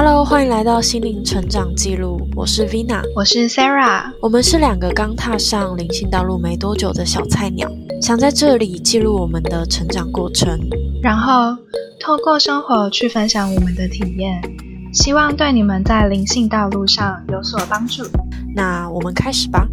Hello， 欢迎来到心灵成长记录，我是 Vina， 我是 Sarah， 我们是两个刚踏上灵性道路没多久的小菜鸟，想在这里记录我们的成长过程， 然后透过生活去分享我们的体验，希望对你们在灵性道路上有所帮助。 那我们开始吧。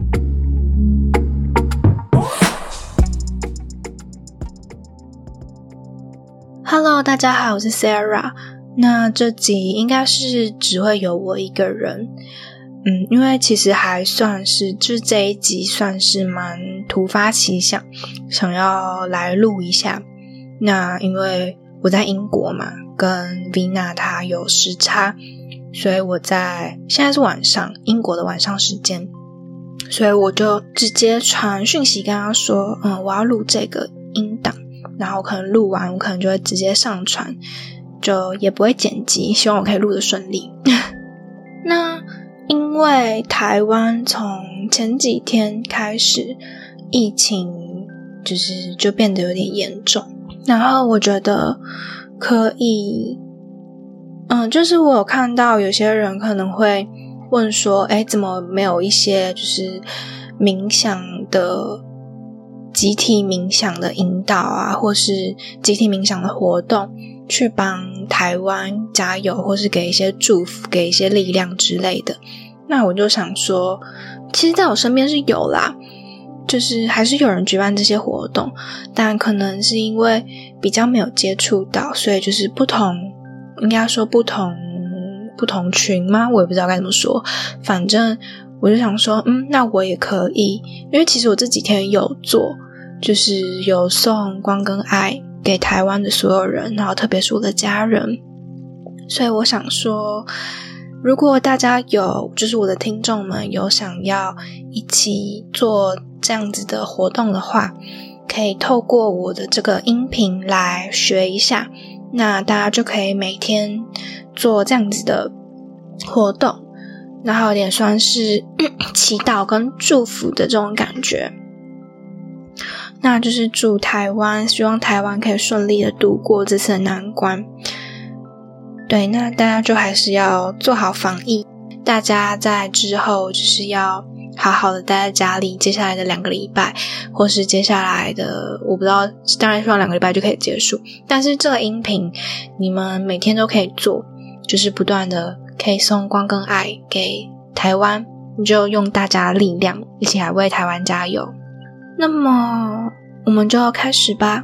Hello， 大家好，我是 Sarah。那这集应该是只会有我一个人，因为其实还算是，就是这一集算是蛮突发奇想，想要来录一下。那因为我在英国嘛，跟 Vina 她有时差，所以现在是晚上，英国的晚上时间，所以我就直接传讯息跟她说，我要录这个音档，然后可能录完我可能就会直接上传，就也不会剪辑，希望我可以录得顺利。那因为台湾从前几天开始疫情就变得有点严重，然后我觉得可以就是我有看到有些人可能会问说，怎么没有一些就是冥想的集体冥想的引导啊，或是集体冥想的活动去帮台湾加油，或是给一些祝福，给一些力量之类的。那我就想说，其实在我身边是有啦，就是还是有人举办这些活动，但可能是因为比较没有接触到，所以就是应该说不同群吗？我也不知道该怎么说，反正我就想说，那我也可以，因为其实我这几天有做，就是有送光跟爱给台湾的所有人，然后特别是我的家人，所以我想说，如果大家就是我的听众们有想要一起做这样子的活动的话，可以透过我的这个音频来学一下，那大家就可以每天做这样子的活动，然后有点算是祈祷跟祝福的这种感觉。那就是祝台湾，希望台湾可以顺利的度过这次的难关。对，那大家就还是要做好防疫，大家在之后就是要好好的待在家里，接下来的2个礼拜，或是接下来的我不知道，当然希望2个礼拜就可以结束，但是这个音频你们每天都可以做，就是不断的可以送光跟爱给台湾，你就用大家的力量一起来为台湾加油。那么我们就要开始吧。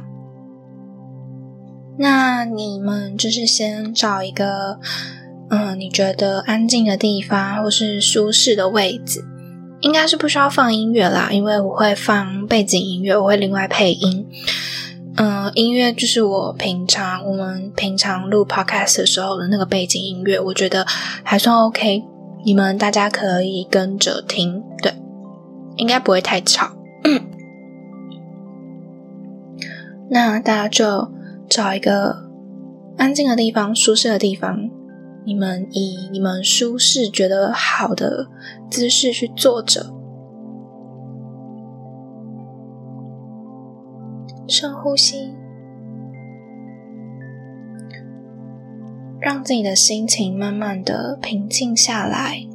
那你们就是先找一个你觉得安静的地方或是舒适的位置，应该是不需要放音乐啦，因为我会放背景音乐，我会另外配音。音乐就是我们平常录 podcast 的时候的那个背景音乐，我觉得还算 OK， 你们大家可以跟着听，对，应该不会太吵。那大家就找一个安静的地方，舒适的地方，你们以你们舒适觉得好的姿势去坐着，深呼吸，让自己的心情慢慢的平静下来。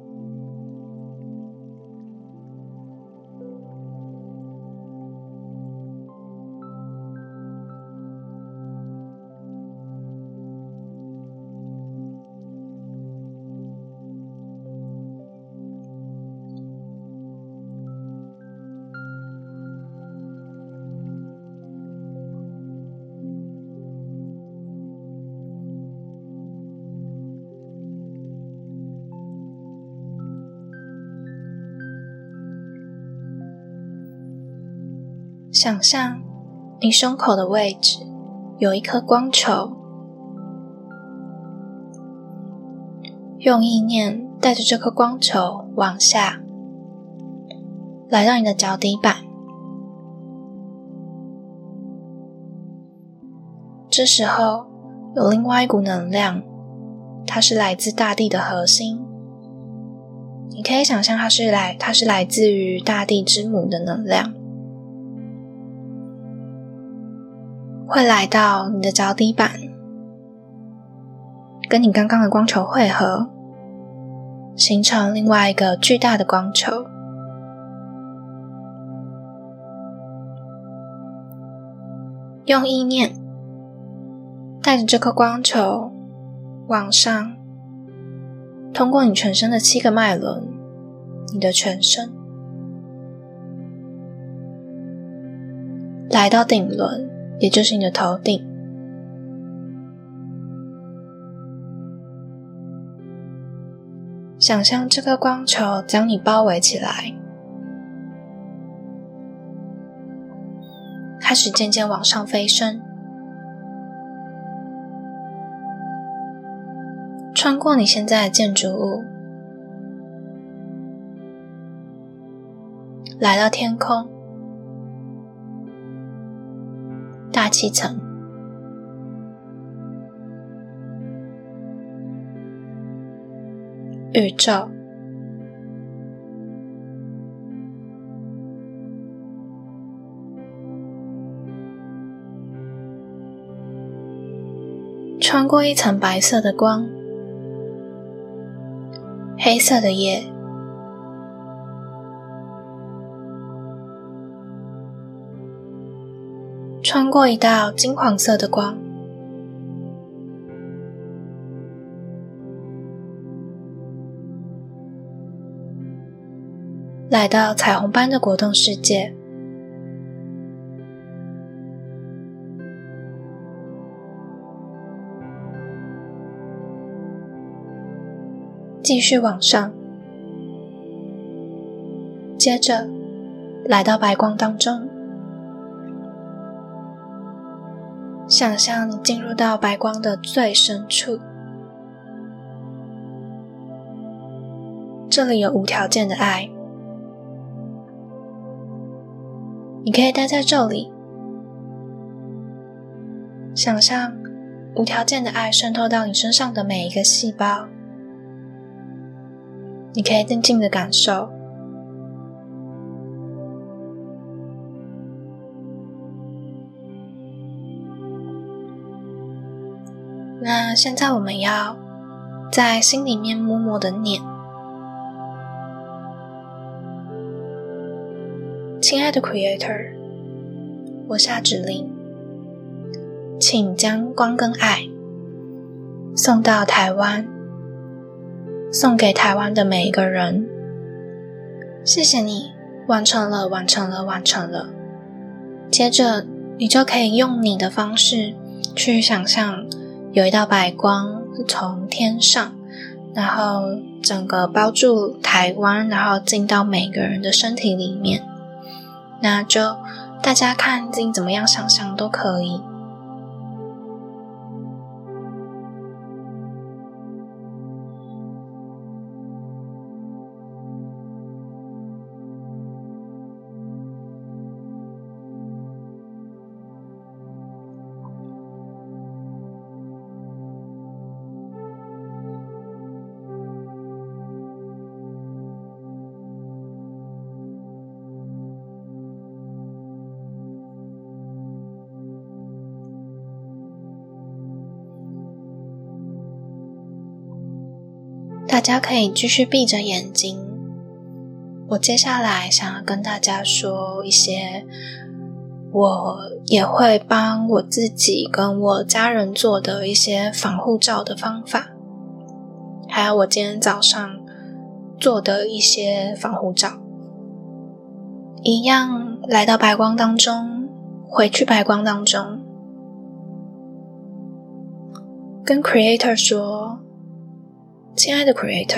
想象你胸口的位置有一颗光球，用意念带着这颗光球往下，来到你的脚底板。这时候有另外一股能量，它是来自大地的核心。你可以想象它是来自于大地之母的能量，会来到你的脚底板， 跟你刚刚的光球汇合，形成另外一个巨大的光球。用意念带着这颗光球往上，通过你全身的7个脉轮，你的全身，来到顶轮，也就是你的头顶。想象这颗光球将你包围起来，开始渐渐往上飞升，穿过你现在的建筑物，来到天空、大气层、宇宙，穿过一层白色的光，黑色的夜，穿过一道金黄色的光，来到彩虹般的果冻世界，继续往上，接着来到白光当中，想象你进入到白光的最深处，这里有无条件的爱，你可以待在这里，想象无条件的爱渗透到你身上的每一个细胞，你可以静静的感受。那现在我们要在心里面默默的念：亲爱的 Creator， 我下指令，请将光跟爱送到台湾，送给台湾的每一个人。谢谢你，完成了，完成了，完成了。接着你就可以用你的方式去想象有一道白光是从天上，然后整个包住台湾，然后进到每个人的身体里面。那就大家看自己怎么样想象都可以。大家可以继续闭着眼睛，我接下来想要跟大家说一些我也会帮我自己跟我家人做的一些防护罩的方法，还有我今天早上做的一些防护罩。一样来到白光当中，回去白光当中，跟 Creator 说：亲爱的 Creator，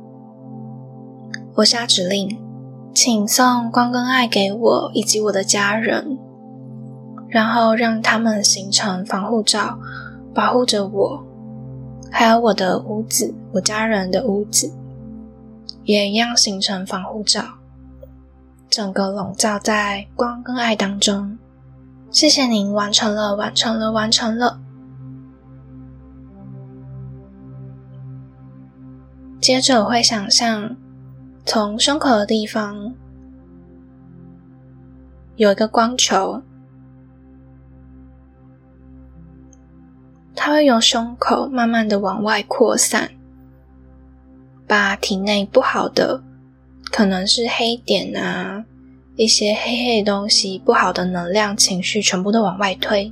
我下指令，请送光跟爱给我以及我的家人，然后让他们形成防护罩，保护着我，还有我的屋子，我家人的屋子，也一样形成防护罩，整个笼罩在光跟爱当中。谢谢您，完成了，完成了，完成了。接着我会想象从胸口的地方有一个光球， 它会由胸口慢慢的往外扩散，把体内不好的，可能是黑点啊，一些黑黑的东西，不好的能量情绪全部都往外推。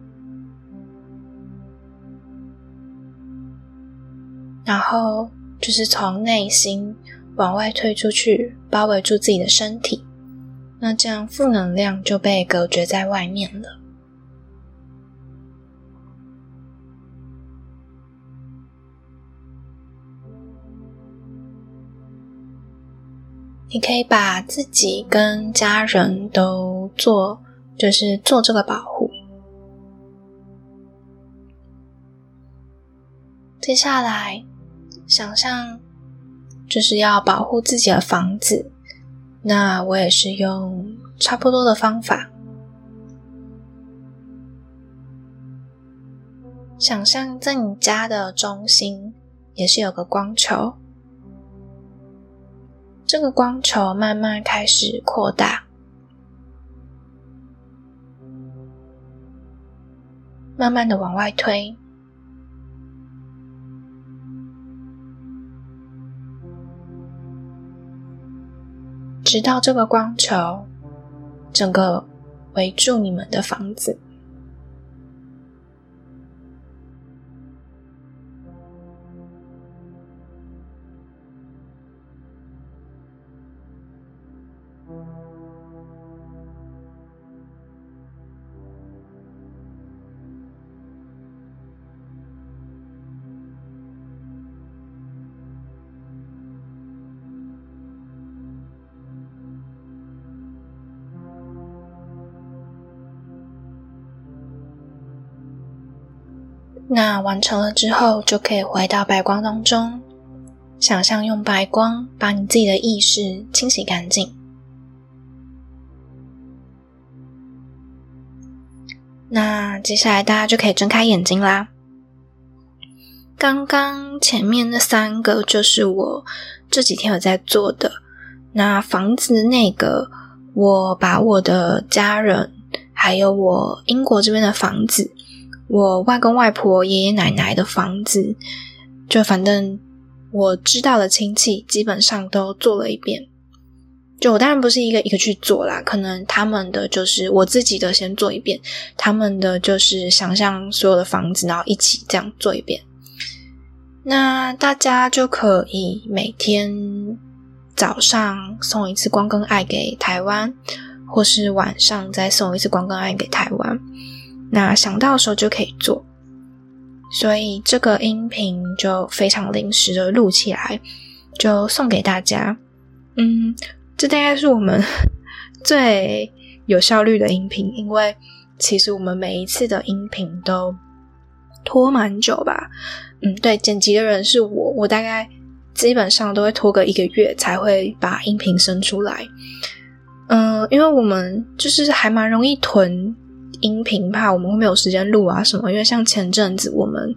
然后就是从内心往外推出去，包围住自己的身体，那这样负能量就被隔绝在外面了。你可以把自己跟家人都做这个保护。接下来想象就是要保护自己的房子，那我也是用差不多的方法。想象在你家的中心也是有个光球，这个光球慢慢开始扩大，慢慢的往外推，直到这个光球整个围住你们的房子。那完成了之后，就可以回到白光当中，想象用白光把你自己的意识清洗干净。那接下来大家就可以睁开眼睛啦。刚刚前面那3个就是我这几天有在做的。那房子那个，我把我的家人还有我英国这边的房子，我外公外婆爷爷奶奶的房子，就反正我知道的亲戚基本上都做了一遍。就我当然不是一个一个去做啦，可能他们的就是我自己的先做一遍，他们的就是想象所有的房子然后一起这样做一遍。那大家就可以每天早上送一次光跟爱给台湾，或是晚上再送一次光跟爱给台湾，那想到的时候就可以做。所以这个音频就非常临时的录起来，就送给大家。这大概是我们最有效率的音频，因为其实我们每一次的音频都拖蛮久吧。对，剪辑的人是我大概基本上都会拖个1个月才会把音频生出来。因为我们就是还蛮容易囤音频，怕我们会没有时间录啊什么，因为像前阵子我们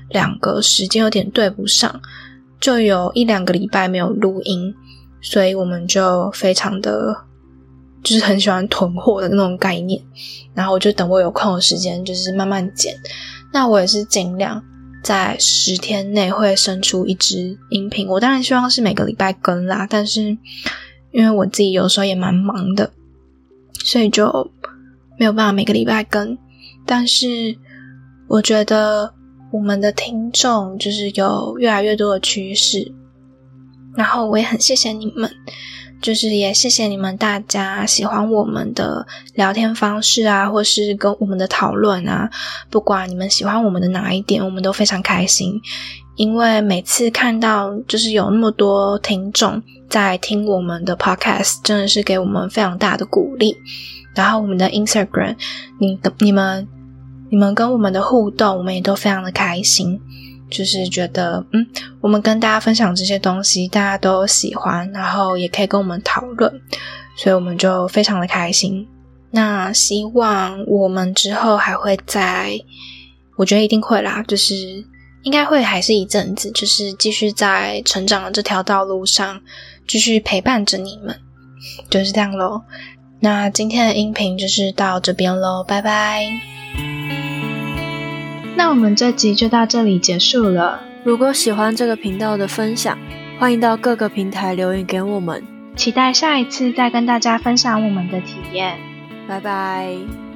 2个时间有点对不上，就有1-2个礼拜没有录音，所以我们就非常的就是很喜欢囤货的那种概念，然后我就等我有空的时间就是慢慢剪。那我也是尽量在10天内会生出1支音频，我当然希望是每个礼拜更啦，但是因为我自己有时候也蛮忙的，所以就没有办法每个礼拜更。但是我觉得我们的听众就是有越来越多的趋势，然后我也很谢谢你们，就是也谢谢你们大家喜欢我们的聊天方式啊，或是跟我们的讨论啊，不管你们喜欢我们的哪一点，我们都非常开心。因为每次看到就是有那么多听众在听我们的 podcast， 真的是给我们非常大的鼓励。然后我们的 Instagram， 你们跟我们的互动，我们也都非常的开心，就是觉得我们跟大家分享这些东西大家都喜欢，然后也可以跟我们讨论，所以我们就非常的开心。那希望我们之后还会我觉得一定会啦，就是应该会还是一阵子，就是继续在成长的这条道路上继续陪伴着你们，就是这样咯。那今天的音频就是到这边咯，拜拜。 那我们这集就到这里结束了。 如果喜欢这个频道的分享，欢迎到各个平台留言给我们， 期待下一次再跟大家分享我们的体验。 拜拜。